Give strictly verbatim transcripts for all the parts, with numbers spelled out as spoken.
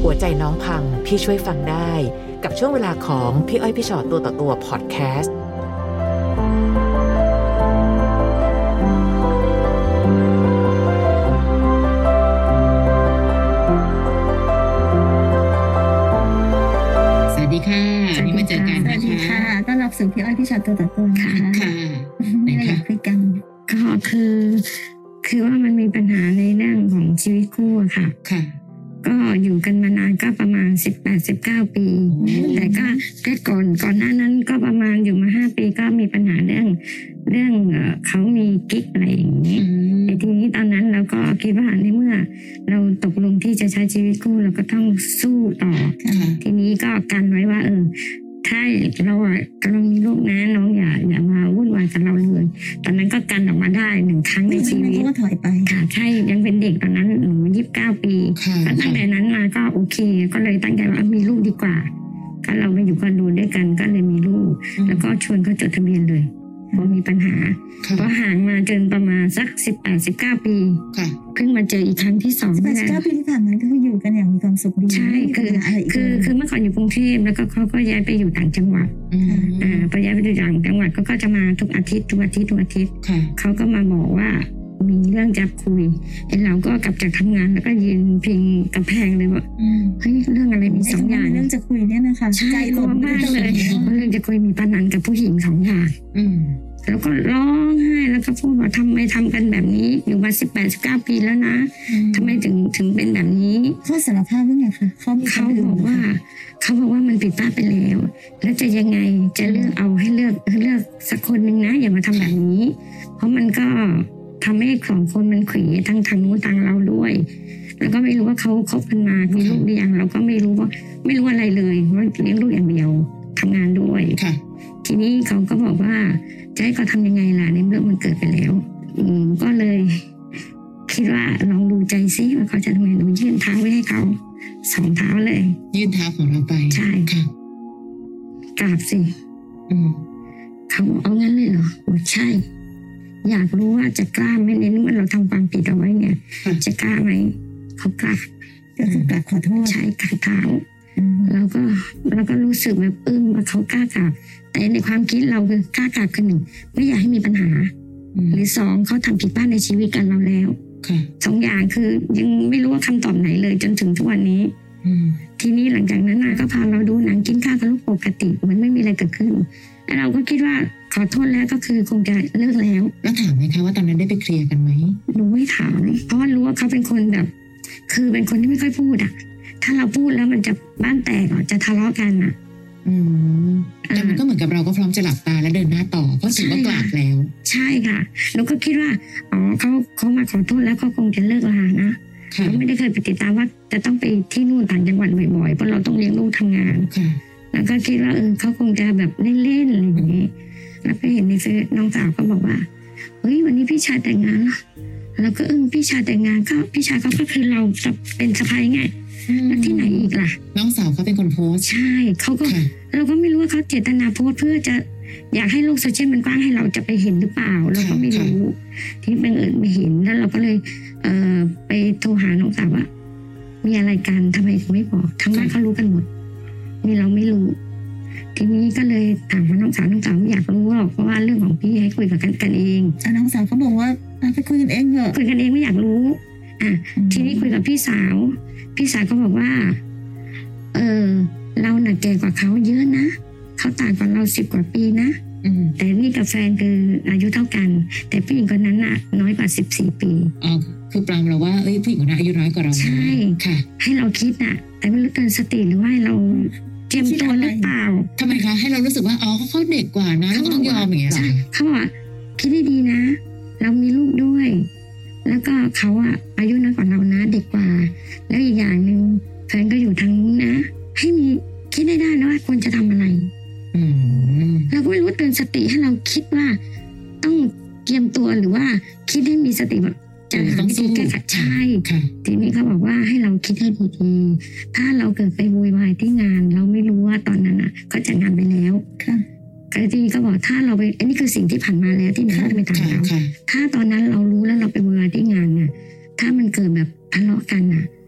หัวใจน้องพังพี่ช่วยฟังได้กับช่วงเวลาของพี่อ้อยพี่ชอตตัวต่อตัวพอดแคสต์สวัสดีค่ะนี่มาเจอกันนะคะสวัสดีค่ะต้อนรับสู่พี่อ้อยพี่ชอตตัวต่อตัวค่ะค่ะไม่ได้คุยกันก็คือคือว่ามันมีปัญหาในเรื่องของชีวิตคู่ค่ะค่ะก็อยู่กันมานานก็ประมาณสิบแปด สิบเก้าปีแต่ก็แค่ก่อนก่อนหน้านั้นก็ประมาณอยู่มาห้าปีก็มีปัญหาเรื่องเรื่องเขามีกิ๊กอะไรอย่างนี้แต่ทีนี้ตอนนั้นเราก็คิดว่าในเมื่อเราตกลงที่จะใช้ชีวิตคู่เราก็ต้องสู้ต่อทีนี้ก็กันไว้ว่าเออถ้าเรากำลังมีลูกนะน้องอย่าอย่ามาวุ่นวายกับเราเลยตอนนั้นก็กันออกมาได้หนึ่งครั้งในชีวิตก็ถอยไปค่ะใช่ยังเป็นเด็กตอนนั้นหนูยี่สิบเก้าปีก็ตั้งแต่นั้นมาก็โอเคก็เลยตั้งใจว่ามีลูกดีกว่าก็เราไปอยู่คอนโดด้วยกันก็เลยมีลูกแล้วก็ชวนเขาจดทะเบียนเลยพอมีปัญหาพอห่างมาจนประมาณสักสิบแปด สิบเก้าปีเพิ่งมาเจออีกครั้งที่สองสิบแปด สิบเก้าปีที่ผ่านมาก็คืออยู่กันอย่างมีความสุขดีใช่คือคือคือเมื่อก่อนอยู่กรุงเทพแล้วก็เขาก็ย้ายไปอยู่ต่างจังหวัดอ่าพอย้ายไปอยู่ต่างจังหวัดก็ก็จะมาทุกอาทิตย์ทุกอาทิตย์ทุกอาทิตย์เขาก็มาบอกว่ามีเรื่องจะคุยเห็นเราก็กลับจากทำงานแล้วก็ยืนพิงกำแพงเลยว่าเฮ้ยเรื่องอะไรมีสองอย่างเรื่องจะคุยเนี่ยนะคะใจกลัวมากเลยเรื่องจะคุยมีปนันกับผู้หญิงสองอย่างแล้วก็ร้องไห้แล้วก็พูดว่าทำไมทำกันแบบนี้อยู่มาสิบแปด สิบเก้าปีแล้วนะทำไมถึงถึงเป็นแบบนี้เขาสารภาพว่าไงคะเขาเขาบอกว่าเขาบอกว่ามันผิดพลาดไปแล้วแล้วจะยังไงจะเลือกเอาให้เลือกเลือกสักคนนึงนะอย่ามาทำแบบนี้เพราะมันก็ทำให้สองคนมันขวี้ทั้งทางนู้นทางเราด้วยแล้วก็ไม่รู้ว่าเขาคบกันมามีลูกหรือยังเราก็ไม่รู้ว่าไม่รู้อะไรเลยว่าเลี้ยงลูกอย่างเดียวทำงานด้วยทีนี้เขาก็บอกว่าจะให้เขาทำยังไงล่ะในเรื่องมันเกิดไปแล้วอืมก็เลยคิดว่าลองดูใจซิว่าเขาจะทำไงหนูยื่นเท้าไว้ให้เขาสองเท้าเลยยื่นเท้าของเราไปใช่ค่ะกราบสิอืมเขาบอกเอางั้นเลยเหรอบอกใช่อยากรู้ว่าจะกล้าไหมในเมื่อเราทำความผิดเอาไว้เนี่ยจะกล้าไหมเขากล้าก็คือกราบขอโทษใช่กราบเท้าแล้วก็เราก็รู้สึกแบบอึ้งว่าเขากล้ากราบแต่ในความคิดเราคือกล้ากราบคือหนึ่งไม่อยากให้มีปัญหาหรือสองเขาทำผิดพลาดในชีวิตกันเราแล้วสองอย่างคือยังไม่รู้ว่าคำตอบไหนเลยจนถึงทุกวันนี้ทีนี้หลังจากนั้นก็พาเราดูหนังกินข้าวกับลูกปกติเหมือนไม่มีอะไรเกิดขึ้นแล้วเราก็คิดว่าขอโทษแล้วก็คือคงจะเลิกแล้วแล้วถามไหมคะว่าตอนนั้นได้ไปเคลียร์กันไหมหนูไม่ถามเพราะว่ารู้ว่าเขาเป็นคนแบบคือเป็นคนที่ไม่ค่อยพูดอ่ะถ้าเราพูดแล้วมันจะบ้านแตกจะทะเลาะกันอ่ะอืมแต่มันก็เหมือนกับเราก็พร้อมจะหลับตาและเดินหน้าต่อเพราะถือว่ากราบแล้วใช่ค่ะเราก็คิดว่าอ๋อเขาเขามาขอโทษแล้วเขาคงจะเลิกลานะเราไม่ได้เคยไปติดตามว่าจะต้องไปที่นู่นต่างจังหวัดบ่อยๆเพราะเราต้องเลี้ยงลูกทำงานแล้วก็คิดว่าเออเขาคงจะแบบเล่นๆอะไรอย่างนี้แล้วก็เห็นในเฟซน้องสาวก็บอกว่าเฮ้ยวันนี้พี่ชายแต่งงานแล้วเราก็เออพี่ชายแต่งงานก็พี่ชายเขาก็คือเราจะเป็นสะใภ้ไงแล้วที่ไหนอีกล่ะน้องสาวเขาเป็นคนโพสใช่เขาก็เราก็ไม่รู้ว่าเขาเจตนาโพสเพื่อจะอยากให้โลกโซเชียลมันกว้างให้เราจะไปเห็นหรือเปล่าเราก็ไม่รู้ที่บังเอิญไม่เห็นแล้วเราก็เลยเอ่อไปโทรหาน้องสาวว่ามีอะไรกันทำไมถึงไม่บอกทั้งบ้านเขารู้กันหมดนี่เราไม่รู้ทีนี้ก็เลยถามว่าน้องสาวน้องสาวไม่อยากรู้หรอกเพราะว่าเรื่องของพี่ให้คุยกับกันกันเองน้องสาวเขาบอกว่าไปคุยกันเองเถอะคุยกันเองไม่อยากรู้อ่ะทีนี้คุยกับพี่สาวพี่สาวก็บอกว่าเออเราหนักแก่กว่าเขาเยอะนะเขาต่างกว่าเราสิบกว่าปีนะแต่นี่กับแฟนคืออายุเท่ากันแต่ผู้หญิงคนนั้นน่ะน้อยกว่าสิบสี่ปีอ๋อคือปรามเราว่าเอ้ยผู้หญิงคนนั้นอายุน้อยกว่าเราใช่ค่ะให้เราคิดน่ะแต่ไม่รู้เตือนสติหรือว่าเราเตรียมตัวหรือเปล่าทำไมคะให้เรารู้สึกว่าอ๋อเขาเด็กกว่านะเราต้องยอมอย่างเงี้ยใช่เขาบอกคิดดีๆนะเรามีลูกด้วยแล้วก็เขาอะอายุน้อยกว่าเรานะเด็กกว่าแล้วอีกอย่างหนึ่งแฟนก็อยู่ทางนู้นนะให้มีคิดได้ได้นะว่าควรจะทำอะไรเราก็ไม่รู้เตือนสติให้เราคิดว่าต้องเตรียมตัวหรือว่าคิดให้มีสติแบบจะหาวิธีแก้ไขใช่ทีนี้เขาบอกว่าให้เราคิดให้ดีๆถ้าเราเกิดไปโวยวายที่งานเราไม่รู้ว่าตอนนั้นอ่ะเขาจัดงานไปแล้วก็ทีนี้ก็บอกถ้าเราไปอันนี้คือสิ่งที่ผ่านมาแล้วที่หนูได้ไปถามเราถ้าตอนนั้นเรารู้แล้วเราไปโวยวายที่งานน่ะถ้ามันเกิดแบบทะเลาะกันน่ะ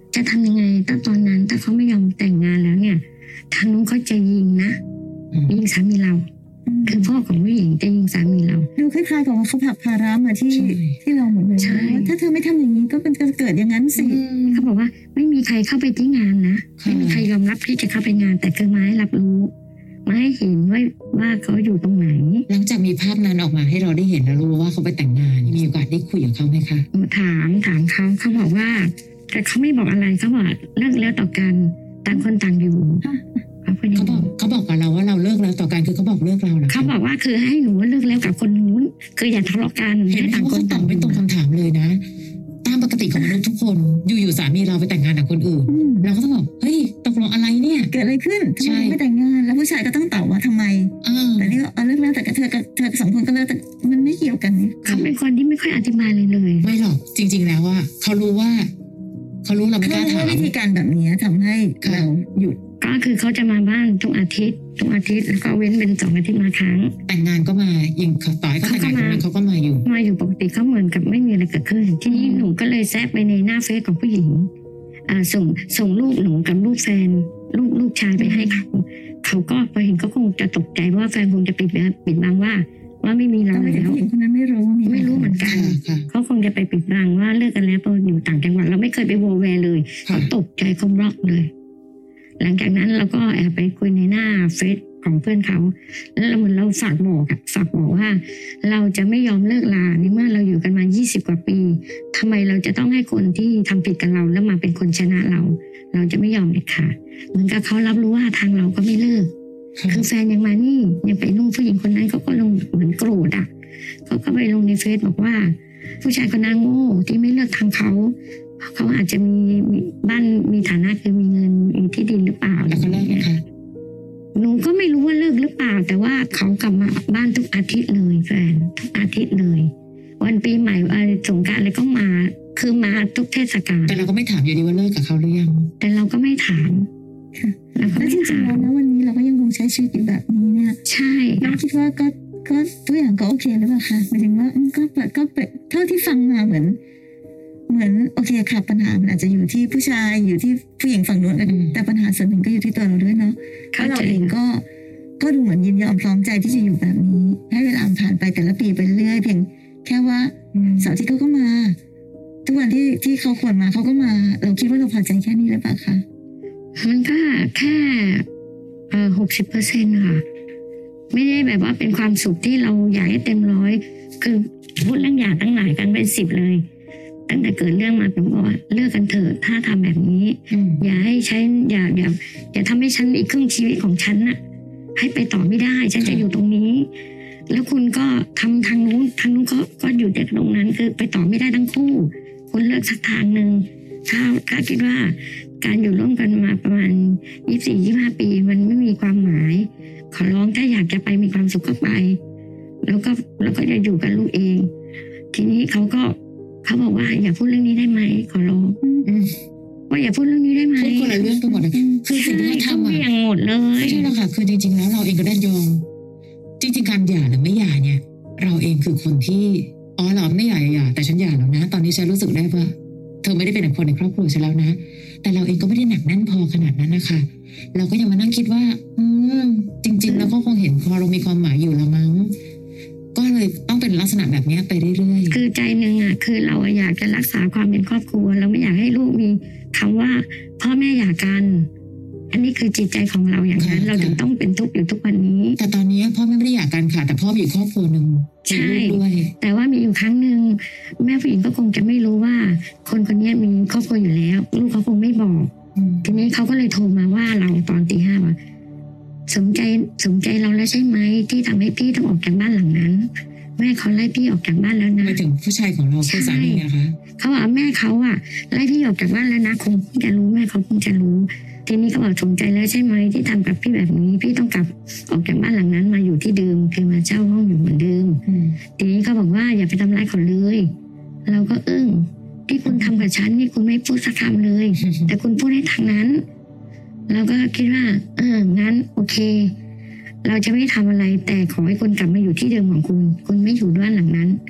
จะทำยังไงถ้าตอนนั้นถ้าเขาไม่ยอมแต่งงานแล้วเนี่ยทางนู้นเขาจะยิงนะยิงสามีเราคือพ่อของผู้หญิงจะยิงสามีเราดูคล้ายๆกับว่าเขาผลักภาระมาที่ที่เราหมดเลยถ้าเธอไม่ทำอย่างนี้ก็เป็นจะเกิดอย่างนั้นสิเขาบอกว่าไม่มีใครเข้าไปที่งานนะไม่มีใครยอมรับที่จะเข้าไปงานแต่คือมาให้รับรู้มาให้เห็นว่าว่าเขาอยู่ตรงไหนหลังจากมีภาพนั้นออกมาให้เราได้เห็นแล้วรู้ว่าเขาไปแต่งงานมีโอกาสได้คุยกับเขาไหมคะถามถามเขาเขาบอกว่าแต่เขาไม่บอกอะไรเขาบอกเลิกแล้วต่อกันต่างคนต่างอยู่เขาบอกเขาบอกกับเราว่าเราเลิกแล้วต่อกันคือเขาบอกเลิกเราเหรอเขาบอกว่าคือให้หนูเลิกแล้วกับคนนู้นคืออย่าทะเลาะกันเห็นต่างคนตอบไม่ตรงคำถามเลยนะตามปกติของมนุษย์ทุกคนอยู่ๆสามีเราไปแต่งงานกับคนอื่นเราก็ต้องบอกเฮ้ยตกลงอะไรเนี่ยเกิดอะไรขึ้นทำไมไม่แต่งงานแล้วผู้ชายก็ต้องตอบว่าทำไมแต่นี่เอาเลิกแล้วแต่เธอกับเธอสองคนก็เลิกแต่มันไม่เกี่ยวกันเขาเป็นคนที่ไม่ค่อยอธิบายเลยเลยไม่หรอกจริงๆแล้วว่าเขารู้ว่าเขารู้เราไม่กล้าถามวิธีการแบบนี้ทำให้เราหยุดก็คือเขาจะมาบ้านทุกอาทิตย์ทุกอาทิตย์แล้วก็เว้นเป็นสองอาทิตย์มาครั้งแต่งงานก็มายิงต่อยเขาแต่งงานเขาก็มาอยู่มาอยู่ปกติเขาเหมือนกับไม่มีอะไรเกิดขึ้นทีนี้หนูก็เลยแซะไปในหน้าเฟซของผู้หญิงอ่าส่งส่งรูปหนูกับรูปแฟนรูปลูกชายไปให้เขาเขาก็พอเห็นเขาคงจะตกใจว่าแฟนคงจะปิดปิดบังว่าว่าไม่มีเราแล้วผู้หญิงคนนั้นไม่รู้ไม่รู้เหมือนกันเขาคงจะไปปิดบังว่าเลิกกันแล้วเพราะอยู่ต่างจังหวัดเราไม่เคยไปโวแวร์เลยเขาตกใจเขาบล็อกเลยหลังจากนั้นเราก็แอบไปคุยในหน้าเฟซของเพื่อนเขาแล้วเหมือนเราฝากบอกอะฝากบอกว่าเราจะไม่ยอมเลิกลาในเมื่อเราอยู่กันมายี่สิบกว่าปีทำไมเราจะต้องให้คนที่ทำผิดกับเราแล้วมาเป็นคนชนะเราเราจะไม่ยอมเด็ดขาดเหมือนกับเขารับรู้ว่าทางเราก็ไม่เลิกคือแฟนยังมานี่ยังไปนู่นผู้หญิงคนนั้นเขาก็ลงเหมือนโกรธอ่ะเขาก็ไปลงในเฟซบอกว่าผู้ชายคนนั้นโง่ที่ไม่เลิกทางเขาเขาอาจจะมีบ้านมีฐานะคือมีเงินมีที่ดินหรือเปล่าแล้วก็เลิกนะคะหนูก็ไม่รู้ว่าเลิกหรือเปล่าแต่ว่าเขากลับมาบ้านทุกอาทิตย์เลยแฟนทุกอาทิตย์เลยวันปีใหม่วันสงกรานต์อะไรก็มาคือมาทุกเทศกาลแต่เราก็ไม่ถามอยู่ดีว่าเลิกกับเขาหรือยังแต่เราก็ไม่ถามแล้วจริงๆแล้วนะวันนี้เราก็ยังคงใช้ชีวิตอยู่แบบนี้เนี่ยใช่เราคิดว่าก็ก็ตัวอย่างก็โอเคหรือเปล่าคะหมายถึงว่าก็ก็เท่าที่ฟังมาเหมือนเหมือนโอเคค่ะปัญหามันอาจจะอยู่ที่ผู้ชายอยู่ที่ผู้หญิงฝั่งนู้นแต่ปัญหาส่วนหนึ่งก็อยู่ที่ตัวเราด้วยเนาะเพราะเราเองก็ก็ดูเหมือนยินยอมพร้อมใจที่จะอยู่แบบนี้ให้เวลาผ่านไปแต่ละปีไปเรื่อยเพียงแค่ว่าเสาร์ที่เขาก็มาทุกวันที่ที่เขาควรมาเขาก็มาเราคิดว่าเราพอใจแค่นี้หรือเปล่าคะมันก็แค่เอ่อหกสิบเปอร์เซ็นต์ค่ะไม่ได้แบบว่าเป็นความสุขที่เราอยากให้เต็มร้อยคือพูดเรื่องหย่าตั้งหลายกันเป็นสิบเลยตั้งแต่เกิดเรื่องมาเป็นบอกว่าเลิกกันเถอะถ้าทำแบบนี้อย่าให้ฉันอย่าอย่าอย่าทำให้ฉันอีกครึ่งชีวิตของฉันน่ะให้ไปต่อไม่ได้ฉันจะอยู่ตรงนี้แล้วคุณก็ทำทางนู้นทางนู้นก็ก็อยู่แต่ตรงนั้นคือไปต่อไม่ได้ทั้งคู่คุณเลือกสักทางหนึ่งถ้าถ้าคิดว่าการอยู่ร่วมกันมาประมาณยี่สิบสี่ ยี่สิบห้าปีมันไม่มีความหมายขอร้องถ้าอยากจะไปมีความสุขก็ไปแล้วก็แล้วก็จะอยู่กับลูกเองทีนี้เขาก็เขาบอกว่าอย่าพูดเรื่องนี้ได้ไหมขอร้องว่าอย่าพูดเรื่องนี้ได้ไหมพูดคนละเรื่องไปหมดเลยคือสิ่งที่เขาทำอ่ะอย่างหมดเลยใช่แล้วค่ะคือจริงๆแล้วเราเองก็ได้ยอมจริงๆการหย่าหรือไม่หย่าเนี่ยเราเองคือคนที่อ๋อเราไม่หย่าหย่าแต่ฉันหย่าแล้วนะตอนนี้ฉันรู้สึกได้ว่าเธอไม่ได้เป็นคนในครอบครัวฉันแล้วนะแต่เราเองก็ไม่ได้หนักแน่นพอขนาดนั้นนะคะเราก็ยังมานั่งคิดว่าอืมจริงๆแล้วก็คงเห็นพอเรามีความหมายอยู่แล้วมั้งก็เลยต้องเป็นลักษณะแบบนี้ไปเรื่อยๆคือใจหนึ่งอ่ะคือเราอยากจะรักษาความเป็นครอบครัวเราไม่อยากให้ลูกมีคำว่าพ่อแม่หย่ากันอันนี้คือจิตใจของเราอย่างนั้นเราถึงต้องเป็นทุกข์อยู่ทุกวันนี้แต่ตอนนี้พ่อแม่ไม่ได้หย่ากันค่ะแต่พ่อมีครอบครัวหนึ่งใช่แต่ว่ามีอยู่ครั้งหนึ่งแม่ผู้หญิงก็คงจะไม่รู้ว่าคนคนนี้มีครอบครัวอยู่แล้วลูกเขาคงไม่บอกทีนี้เขาก็เลยโทรมาว่าเราตอนตีห้าว่าสนใจสนใจเราแล้วใช่ไหมที่ทำให้พี่ต้องออกจากบ้านหลังนั้นแม่เขาไล่พี่ออกจากบ้านแล้วนะหมายถึงผู้ชายของเราคือสามีนะคะเขาบอกแม่เขาอ่ะไล่พี่ออกจากบ้านแล้วนะคงจะรู้แม่เขาคงจะรู้ทีนี้เขาบอกสนใจแล้วใช่ไหมที่ทำกับพี่แบบนี้พี่ต้องกลับออกจากบ้านหลังนั้นมาอยู่ที่เดิมคือมาเช่าห้องอยู่เหมือนเดิมทีนี้เขาบอกว่าอย่าไปทำร้ายเขาเลยเราก็อึ้งที่คุณทำกับฉันนี่คุณไม่พูดสักคำเลยแต่คุณพูดให้ทางนั้นเราก็คิดว่าเอองั้นโอเคเราจะไม่ทำอะไรแต่ขอให้คุณกลับมาอยู่ที่เดิมของคุณคุณไม่อยู่บ้านหลังนั้น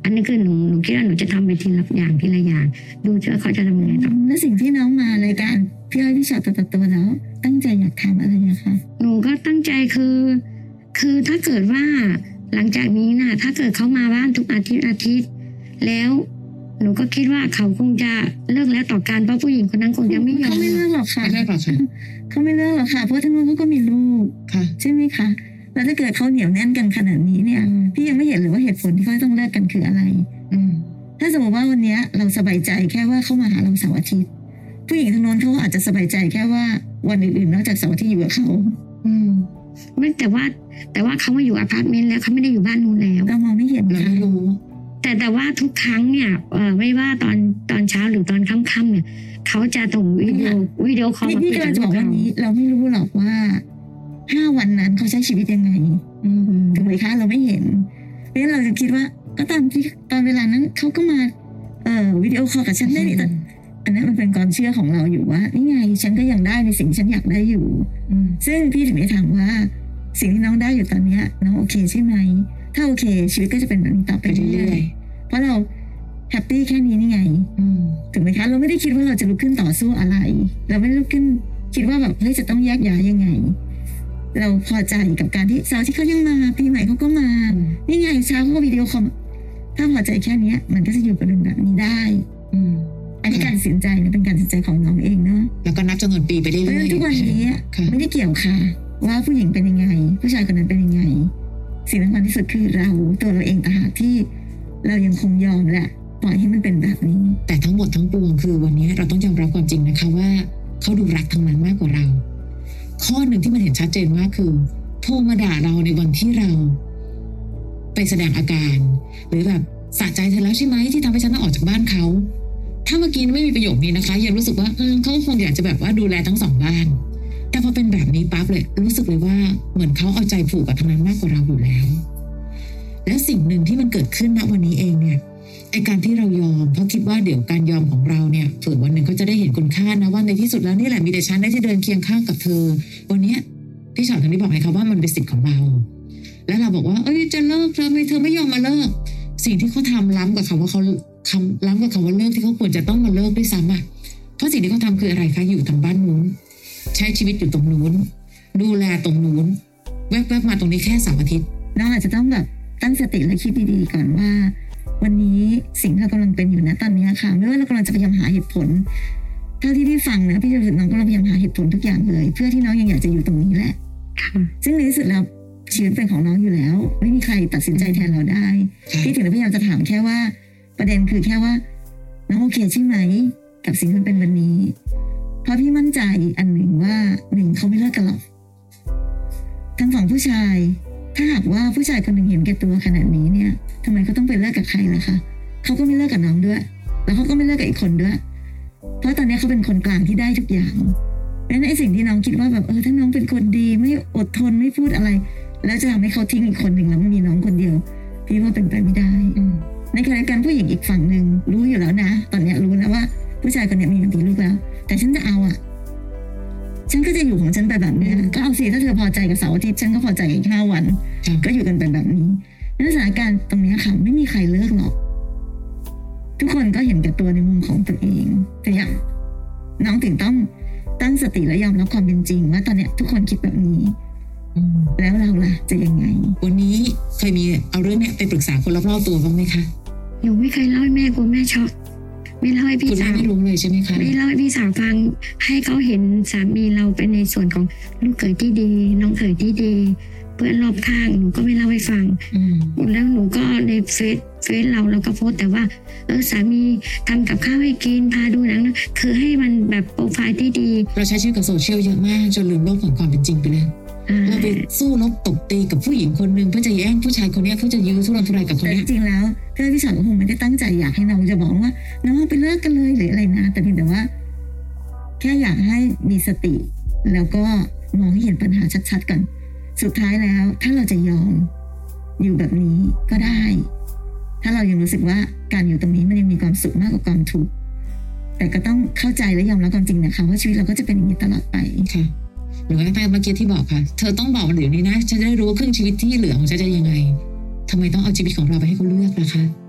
อันนี้คือหนูหนูคิดว่าหนูจะทำไปทีละอย่างทีละอย่างดูเชื่อเขาจะทำยังไงต่อแล้วสิ่งที่น้องมารายการพี่อ้อยพี่ชอตตัวต่อตัวแล้วตั้งใจอยากทำอะไรนะคะหนูก็ตั้งใจคือคือถ้าเกิดว่าหลังจากนี้นะถ้าเกิดเขามาบ้านทุกอาทิตย์อาทิตย์แล้วหนูก็คิดว่าเขาคงจะเลิกแล้วต่อการเพราะผู้หญิงคนนั้นคงจะไม่ยอมเขาไม่เลิกหรอกค่ะไม่เลิกหรอกค่ะเขาไม่เลิกหรอกค่ะเพราะทั้งนู้นเขาก็มีลูกใช่ไหมคะแล้วถ้าเกิดเขาเหนียวแน่นกันขนาดนี้เนี่ยพี่ยังไม่เห็นเลยว่าเหตุผลที่เขาต้องเลิกกันคืออะไรถ้าสมมติว่าวันนี้เราสบายใจแค่ว่าเขามาหาเราเสาร์อาทิตย์ผู้หญิงทั้งนู้นเขาอาจจะสบายใจแค่ว่าวันอื่นๆนอกจากเสาร์อาทิตย์อยู่กับเขาไม่แต่ว่าแต่ว่าเขามาอยู่อพาร์ตเมนต์แล้วเขาไม่ได้อยู่บ้านนู้นแล้วเรามองไม่เห็นเราไม่รู้แต่แต่ว่าทุกครั้งเนี่ยเออไม่ว่าตอนตอนเช้าหรือตอนค่ำๆเนี่ยเขาจะส่งวิดีโอวิดีโอคอลมาคุยกับเราวันนี้เราไม่รู้หรอกว่าห้าวันนั้นเขาใช้ชีวิตยังไงถึงไหมคะเราไม่เห็นเพราะฉะนั้นเราจะคิดว่าก็ตามที่ตอนเวลานั้นเขาก็มาเอ่อวิดีโอคอลกับฉันได้นี่แต่อันนั้นมันเป็นความเชื่อของเราอยู่ว่านี่ไงฉันก็ยังได้ในสิ่งฉันอยากได้อยู่ซึ่งพี่ถึงได้ถามว่าสิ่งที่น้องได้อยู่ตอนนี้น้องโอเคใช่ไหมถ้าโอเคชีวิตก็จะเป็นแบบนี้ต่อไปเรื่อยๆเพราะเราแฮปปี้แค่นี้นี่ไงถึงไหมคะเราไม่ได้คิดว่าเราจะลุกขึ้นต่อสู้อะไรเราไม่ได้ลุกขึ้นคิดว่าแบบเฮ้ยจะต้องแยกย้ายยังไงเราพอใจกับการที่เสาร์ที่เขายังมาปีใหม่เขาก็มานี่ไงเช้าเขาก็วิดีโอคอลถ้าพอใจแค่นี้มันก็จะอยู่กับแบบนี้ได้อันนี้การตัดสินใจเนี่ยเป็นการตัดสินใจของน้องเองเนาะแล้วก็นับจำนวนปีไปเรื่อยๆทุกวันนี้ไม่ได้เกี่ยวค่ะว่าผู้หญิงเป็นยังไงผู้ชายคนนั้นเป็นยังไงสิ่งสำคัญที่สุดคือเราตัวเราเองต่างหากที่เรายังคงยอมและปล่อยให้มันเป็นแบบนี้แต่ทั้งหมดทั้งปวงคือวันนี้เราต้องยอมรับความจริงนะคะว่าเขาดูรักทั้งนั้นมากกว่าเราข้อหนึ่งที่มันเห็นชัดเจนมากคือโทรมาด่าเราในวันที่เราไปแสดงอาการหรือแบบสะใจเธอแล้วใช่ไหมที่ทำให้ฉันต้องออกจากบ้านเขาถ้าเมื่อกี้ไม่มีประโยคนี้นะคะยังรู้สึกว่าเขาคงอยากจะแบบว่าดูแลทั้งสองบ้านแต่พอเป็นแบบนี้ปั๊บเลยรู้สึกเลยว่าเหมือนเขาเอาใจผูกกับทางนั้นมากกว่าเราอยู่แล้วและสิ่งหนึ่งที่มันเกิดขึ้นณวันนี้เองเนี่ยไอการที่เรายอมเพราะคิดว่าเดี๋ยวการยอมของเราเนี่ยเผื่อวันหนึ่งเขาจะได้เห็นคุณค่านะว่าในที่สุดแล้วนี่แหละมีแต่ฉันได้ที่เดินเคียงข้างกับเธอวันนี้พี่ชอตถึงได้บอกให้เขาว่ามันเป็นสิทธิ์ของเราแล้วเราบอกว่าเอ้ยจะเลิกเธอไม่เธอไม่ยอมมาเลิกสิ่งที่เขาทำล้ำกับคำว่าเขาคำล้ำกับคำว่าเลิกที่เขาควรจะต้องมาเลิกด้วยซ้ำอ่ะเพราะสิ่งที่เขาทำคืออะไรคะอยู่ทางบ้านนู้นใช้ชีวิตอยู่ตรงนู้นดูแลตรงนู้นแวบๆมาตรงนี้แค่สามอาทิตย์น้องอาจจะต้องแบบตั้งสติและคิดดีๆก่อนว่าวันนี้สิ่งที่เรากำลังเป็นอยู่นะตอนนี้ค่ะไม่ว่าเรากำลังจะพยายามหาเหตุผลเท่าที่พี่ฟังนะพี่จะรู้สึกน้องกำลังพยายามหาเหตุผลทุกอย่างเลยเพื่อที่น้องยังอยากจะอยู่ตรงนี้แหละซึ่งในที่สุดแล้วชีวิตเป็นของน้องอยู่แล้วไม่มีใครตัดสินใจแทนเราได้พี่ถึงได้พยายามจะถามแค่ว่าประเด็นคือแค่ว่าน้องโอเคใช่ไหมกับสิ่งที่เป็นวันนี้เพราะพี่มั่นใจอันหนึ่งว่าหนึ่งเขาไม่เลิกกันหรอกทั้งฝั่งผู้ชายถ้าหากว่าผู้ชายคนหนึ่งเห็นแก่ตัวขนาดนี้เนี่ยทำไมเขาต้องไปเลิกกับใครล่ะคะเขาก็ไม่เลิกกับน้องด้วยแล้วเขาก็ไม่เลิกกับอีกคนด้วยเพราะตอนนี้เขาเป็นคนกลางที่ได้ทุกอย่างเพราะฉะนั้นไอ้สิ่งที่น้องคิดว่าแบบเออถ้าน้องเป็นคนดีไม่อดทนไม่พูดอะไรแล้วจะทำให้เขาทิ้งอีกคนหนึ่งแล้วไม่มีน้องคนเดียวพี่ว่าเป็นไปไม่ได้ในขณะเดียวกันผู้หญิงอีกฝั่งหนึ่งรู้อยู่แล้วนะตอนนี้รู้แล้วว่าผู้ชายคนนี้มีลูกแล้วแต่ฉันจะเอาอ่ะฉันก็จะอยู่ของฉันไปแบบนี้ก็เอาสิถ้าเธอพอใจกับเสาร์อาทิตย์ฉันก็พอใจอีกห้าวันก็อยู่กันไปแบบนี้ในสถานการณ์ตรงนี้ค่ะไม่มีใครเลิกหรอกทุกคนก็เห็นแก่ตัวในมุมของตัวเองแต่อย่างน้องถึงต้องตั้งสติและยอมรับความเป็นจริงว่าตอนนี้ทุกคนคิดแบบนี้แล้วเราล่ะจะยังไงวันนี้เคยมีเอาเรื่องนี้ไปปรึกษาคนรอบๆตัวบ้างไหมคะหนูไม่เคยเล่าให้แม่กลัวแม่ช็อกไม่เล่าให้พี่สาวไม่รู้เลยใช่ไหมคะไม่เล่าให้พี่สาวฟังให้เขาเห็นสามีเราเป็นในส่วนของลูกเขยที่ดีน้องเขยที่ดีเพื่อนรอบข้างหนูก็ไม่เล่าให้ฟังแล้วหนูก็ในเฟซเฟซเราเราก็โพสแต่ว่าเออสามีทำกับข้าวให้กินพาดูหนังคือให้มันแบบโปรไฟล์ที่ดีเราใช้ชีวิตกับโซเชียลเยอะมากจนลืมโลกของความเป็นจริงไปเลยเราไปสู้รบตบตีกับผู้หญิงคนนึงเพื่อจะแย่งผู้ชายคนนี้เพื่อจะยื้อทุรนทุรายกับคนนี้จริงแล้วเพื่อนพี่สาวก็คงไม่ได้ตั้งใจอยากให้น้องจะบอกว่าน้องไปเลิกกันเลยหรืออะไรนะแต่เพียงแต่ว่าแค่อยากให้มีสติแล้วก็มองให้เห็นปัญหาชัดๆกันสุดท้ายแล้วถ้าเราจะยอมอยู่แบบนี้ก็ได้ถ้าเรายังรู้สึกว่าการอยู่ตรงนี้มันยังมีความสุขมากกว่าความทุกข์แต่ก็ต้องเข้าใจและยอมรับความจริงนะคะว่าชีวิตเราก็จะเป็นอย่างนี้ตลอดไปค่ะหรือว่าแม่เมื่อกี้ที่บอกค่ะเธอต้องบอกเดี๋ยวนี้นะฉันจะได้รู้ว่าครึ่งชีวิตที่เหลือของฉันจะยังไงทำไมต้องเอาชีวิตของเราไปให้เขาเลือกล่ะคะ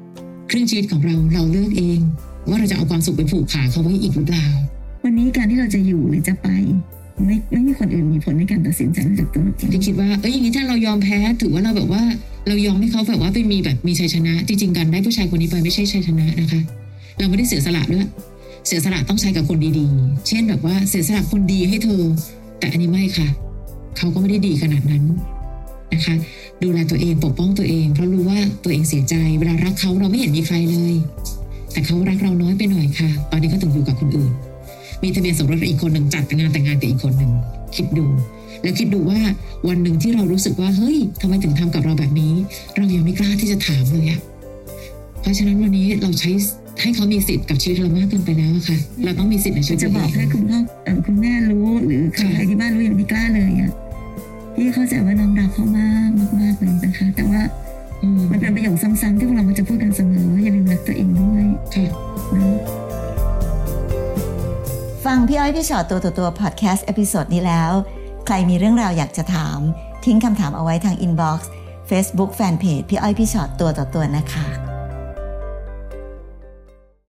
ครึ่งชีวิตของเราเราเลือกเองว่าเราจะเอาความสุขไปผูกขาเขาไว้อีกหรือเปล่าวันนี้การที่เราจะอยู่หรือจะไปไม่ไม่มีคนอื่นมีผลในการตัดสินใจจากตัวเราเองที่คิดว่าเอ้ยอย่างนี้ถ้าเรายอมแพ้ถือว่าเราแบบว่าเรายอมให้เขาแบบว่าไปมีแบบมีชัยชนะจริงๆการได้ผู้ชายคนนี้ไปไม่ใช่ชัยชนะนะคะเราไม่ได้เสียสละด้วยเสียสละต้องใช้กับคนดีๆเช่นแบบว่าเสียสละคนดีให้เธอแต่อันนี้ไม่ค่ะเขาก็ไม่ได้ดีขนาดนั้นนะคะดูแลตัวเองปกป้องตัวเองเพราะรู้ว่าตัวเองเสียใจเวลารักเขาเราไม่เห็นมีใครเลยแต่เขารักเราน้อยไปหน่อยค่ะตอนนี้ก็ถึงอยู่กับคนอื่นมีทะเบียนสมรสอีกคนหนึ่งจัดงานแต่งงานกับอีกคนหนึ่งคิดดูแล้วคิดดูว่าวันหนึ่งที่เรารู้สึกว่าเฮ้ยทำไมถึงทำกับเราแบบนี้เรายังไม่กล้าที่จะถามเลยอะเพราะฉะนั้นวันนี้เราใช้ให้เขามีสิทธิ์กับชีวิตเรามากเกินไปแล้วค่ะเราต้องมีสิทธิ์ในชีวิตจะบอกให้คุณพ่อคุณแม่รู้หรือใครที่บ้านรู้อย่างไม่กล้าเลยอะที่เข้าใจว่าน้องรักเขามากมากๆเลยนะคะแต่ว่ามันเป็นประโยคซ้ำๆที่พวกเราจะพูดกันเสมอว่าอย่าลืมรักตัวเองด้วยค่ะฟังพี่อ้อยพี่ชอตตัวต่อตัวพอดแคสต์เอพิโซดนี้แล้วใครมีเรื่องราวอยากจะถามทิ้งคำถามเอาไว้ทางอินบ็อกซ์ Facebook Fanpage พี่อ้อยพี่ชอตตัวต่อตัวนะคะ